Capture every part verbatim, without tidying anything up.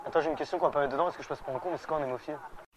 Attends, j'ai une question qu'on va pas mettre dedans, est-ce que je passe pour un con, mais c'est quoi un hémophile?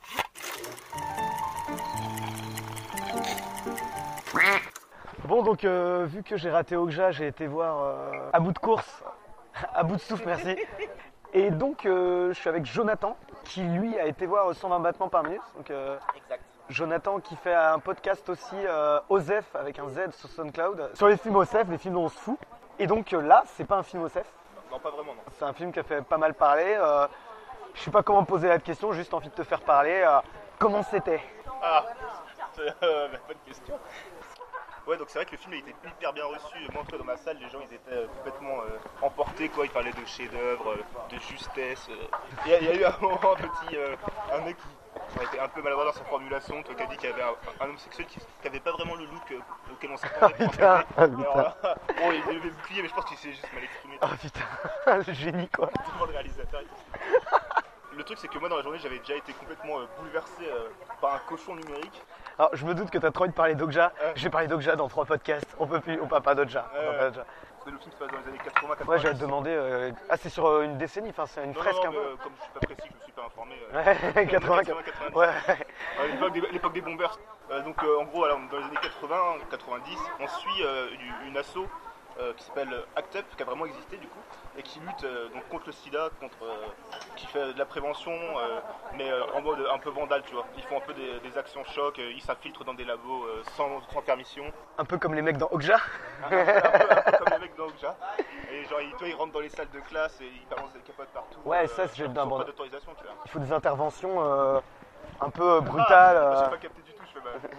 Bon, donc euh, vu que j'ai raté Okja, j'ai été voir euh, à bout de course, à bout de souffle, merci. Et donc euh, je suis avec Jonathan, qui lui a été voir cent vingt battements par minute. Donc, euh, exact. Jonathan qui fait un podcast aussi, euh, Osef, avec un Z sur SoundCloud, sur les films Osef, les films dont on se fout. Et donc euh, là, c'est pas un film Osef. Non, pas vraiment, non. C'est un film qui a fait pas mal parler. Euh, je sais pas comment poser la question, juste envie de te faire parler. Euh, comment c'était? Ah, c'est euh, la bonne question. Ouais, donc c'est vrai que le film a été hyper bien reçu. Moi, en tout cas, dans ma salle, les gens ils étaient euh, complètement euh, emportés, quoi. Ils parlaient de chef-d'œuvre, euh, de justesse. Il euh. y, y a eu un moment, un petit, euh, un mec qui a été un peu maladroit dans sa formulation, toi, qui a dit qu'il y avait un, un homme sexuel qui n'avait pas vraiment le look euh, auquel on s'attendait. Ah putain, ah, putain. Alors, là, bon, il devait bouclier, mais je pense qu'il s'est juste mal exprimé. Ah putain, le génie, quoi. Tellement le réalisateur et tout. Le truc, c'est que moi, dans la journée, j'avais déjà été complètement euh, bouleversé euh, par un cochon numérique. Alors, je me doute que t'as trop envie de parler d'Okja. Euh. J'ai parlé d'Okja dans trois podcasts. On peut plus, on parle pas d'Okja. Euh. Parce que le film se passe dans les années quatre-vingts quatre-vingt-dix. Ouais, j'allais te demander. Euh... Ah, c'est sur euh, une décennie, enfin, c'est une non, fresque non, un peu. Euh, comme je suis pas précis, je me suis pas informé. Euh, Ouais, quatre-vingts, quatre-vingts, ouais. Euh, l'époque, des, l'époque des bombers. Euh, donc, euh, en gros, alors, dans les années quatre-vingts quatre-vingt-dix, on suit euh, une, une asso euh, qui s'appelle ACT UP, qui a vraiment existé du coup, et qui lutte euh, donc contre le sida, contre, euh, qui fait de la prévention, euh, mais euh, en mode un peu vandale, tu vois. Ils font un peu des, des actions choc, euh, ils s'infiltrent dans des labos euh, sans, sans permission. Un peu comme les mecs dans Okja. un, peu, un, peu, un peu comme les mecs dans Okja. Et genre, ils, toi, ils rentrent dans les salles de classe et ils balancent des capotes partout. Ouais, euh, ça, c'est d'un pas d'autorisation, tu vois. Il faut des interventions euh, un peu brutales. Ah, euh... j'ai pas capté du tout, je fais bah.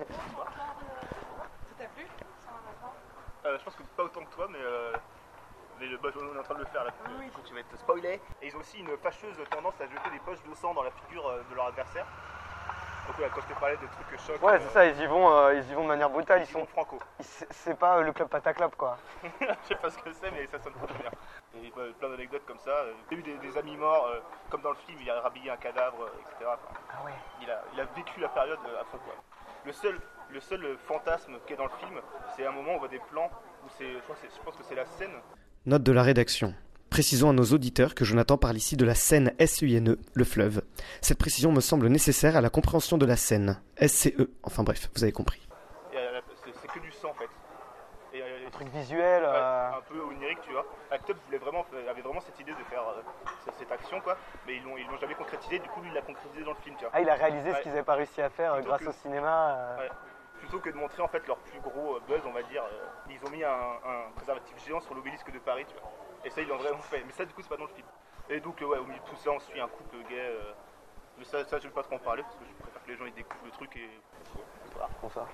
Ça t'a plu? euh, Je pense que pas autant que toi, mais. Euh... Mais bah, on est en train de le faire là, oui. Tu vas être spoilé. Et ils ont aussi une fâcheuse tendance à jeter des poches de sang dans la figure euh, de leur adversaire. Donc ouais, quand je te parlais de trucs chocs. Ouais, euh, c'est ça, ils y vont, euh, ils y vont de manière brutale. Ils, ils sont sont franco. C'est, c'est pas euh, le club Pataclop, quoi. Je sais pas ce que c'est, mais ça sonne trop bien. Et bah, plein d'anecdotes comme ça. Il y a eu des, des amis morts, euh, comme dans le film, il a rhabillé un cadavre, euh, et cetera. Enfin, Ah ouais. Il a, il a vécu la période euh, à fond, quoi. Le seul, le seul fantasme qui est dans le film, c'est un moment où on voit des plans où c'est, je, crois que c'est, je pense que c'est la scène. Note de la rédaction. Précisons à nos auditeurs que Jonathan parle ici de la Seine S U N E, le fleuve. Cette précision me semble nécessaire à la compréhension de la Seine, S C E. Enfin bref, vous avez compris. Et, euh, c'est, c'est que du sang en fait. Et, euh, Un truc visuel. ouais, Euh... un peu onirique, tu vois. Act Up voulait vraiment, avait vraiment cette idée de faire euh, cette action, quoi. Mais ils l'ont, ils l'ont jamais concrétisé. Du coup, lui, il l'a concrétisé dans le film, tu vois. Ah, il a réalisé ouais. ce qu'ils n'avaient pas réussi à faire euh, grâce que... au cinéma. Euh... Ouais. Plutôt que de montrer en fait leur plus gros buzz, on va dire, euh, ils ont mis un, un préservatif géant sur l'obélisque de Paris, tu vois. Et ça, ils l'ont vraiment fait. Mais ça, du coup, c'est pas dans le film. Et donc, euh, ouais, au milieu de tout ça, on suit un couple gay. Euh... Mais ça, ça, je vais pas trop en parler parce que je préfère que les gens ils découvrent le truc et. Voilà, pour ça.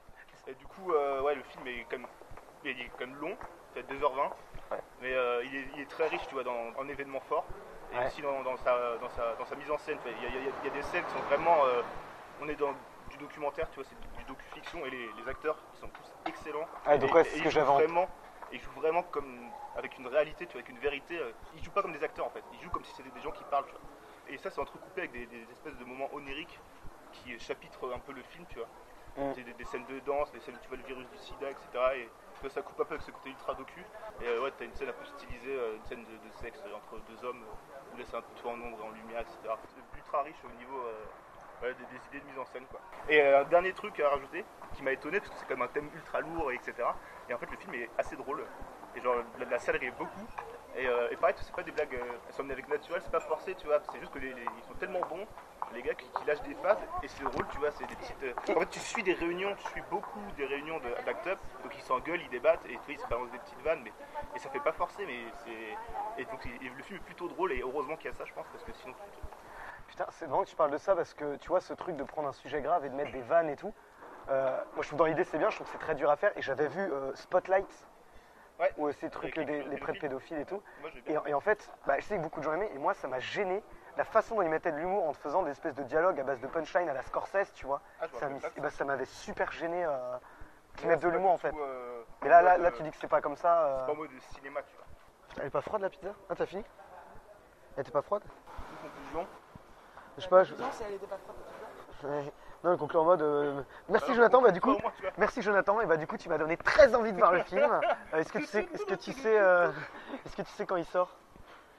Et du coup, euh, ouais, le film est quand même, il est quand même long, peut-être deux heures vingt. Ouais. Mais euh, il, est, il est très riche, tu vois, dans, en événements forts. Et ouais. aussi dans, dans, sa, dans, sa, dans sa mise en scène. Il y a, il y a, il y a des scènes qui sont vraiment. Euh, on est dans du documentaire, tu vois, c'est du docu-fiction et les, les acteurs ils sont tous excellents. Ah, donc et, ouais, c'est et ce que ils j'avais jouent en... vraiment, ils jouent vraiment comme avec une réalité, tu vois, avec une vérité. Euh, ils jouent pas comme des acteurs en fait, ils jouent comme si c'était des gens qui parlent, tu vois. Et ça, c'est entrecoupé avec des, des espèces de moments oniriques qui chapitrent un peu le film, tu vois. Mm. Des, des, des scènes de danse, des scènes où tu vois le virus du sida, et cetera. Et tu vois, ça coupe un peu avec ce côté ultra docu. Et euh, ouais, t'as une scène un peu stylisée, euh, une scène de, de sexe entre deux hommes, où là c'est un peu tout en ombre et en lumière, et cetera. C'est ultra riche au niveau euh, ouais, des, des idées de mise en scène, quoi. Et euh, un dernier truc à rajouter, qui m'a étonné, parce que c'est quand même un thème ultra lourd, et etc. Et en fait, le film est assez drôle. Et genre, la, la salle rit beaucoup. Et, euh, et pareil, c'est pas des blagues, euh, elles sont menées avec naturel, c'est pas forcé, tu vois. C'est juste que les, les, ils sont tellement bons, les gars, qui, qui lâchent des phases. Et c'est drôle, tu vois, c'est des petites. Euh... En fait, tu suis des réunions, tu suis beaucoup des réunions de, d'Act Up. Donc ils s'engueulent, ils débattent, et tu vois, ils se balancent des petites vannes. Mais, et ça fait pas forcer, mais c'est. Et donc et le film est plutôt drôle, et heureusement qu'il y a ça, je pense, parce que sinon. Putain, c'est marrant que tu parles de ça, parce que tu vois, ce truc de prendre un sujet grave et de mettre des vannes et tout. Euh, moi, je trouve dans l'idée, c'est bien, je trouve que c'est très dur à faire. Et j'avais vu euh, Spotlight. Ouais. Ou ces trucs, les, les, les prêtres pédophiles et tout. Moi, et, et en fait, bah, je sais que beaucoup de gens aimaient, et moi ça m'a gêné la façon dont ils mettaient de l'humour en te faisant des espèces de dialogues à base de punchline à la Scorsese, tu vois. Ah, ça, et bah, ça m'avait super gêné euh, qu'ils ouais, mettent de l'humour en fait. Tout, euh, mais là, là, de, là, tu dis que c'est pas comme ça. Euh... C'est pas en mode cinéma, tu vois. Elle est pas froide la pizza? Ah, t'as fini? Elle était pas froide? Une conclusion? Je sais pas. Je... Non, si elle était pas froide, la pizza. Ouais. Non, elle conclut en mode euh, merci Alors, Jonathan, bah du coup, merci Jonathan, et bah du coup tu m'as donné très envie de voir le film. Euh, est-ce que tu sais, est-ce que tu sais, euh, est-ce que tu sais quand il sort?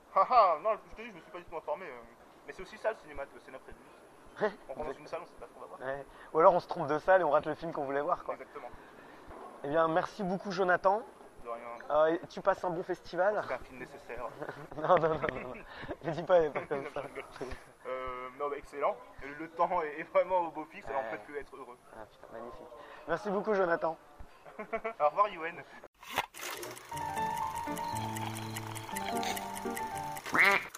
Ah ah, non, je te dis, je me suis pas du tout informé. euh. Mais c'est aussi ça le cinéma, le cinéma prévu. On rentre dans une salle, on sait pas ce qu'on va voir. Ouais. Ou alors on se trompe de salle et on rate le film qu'on voulait voir, quoi. Exactement. Eh bien, merci beaucoup, Jonathan. De rien. Euh, et tu passes un bon festival. C'est un film nécessaire. Non, non, non, non, non. Ne dis pas, pas comme Non, ça. je rigole. Euh, non, bah, excellent. Le, le temps est, est vraiment au beau fixe, alors on Ouais. peut que être heureux. Ah, putain, magnifique. Merci beaucoup, Jonathan. Au revoir, Yoann.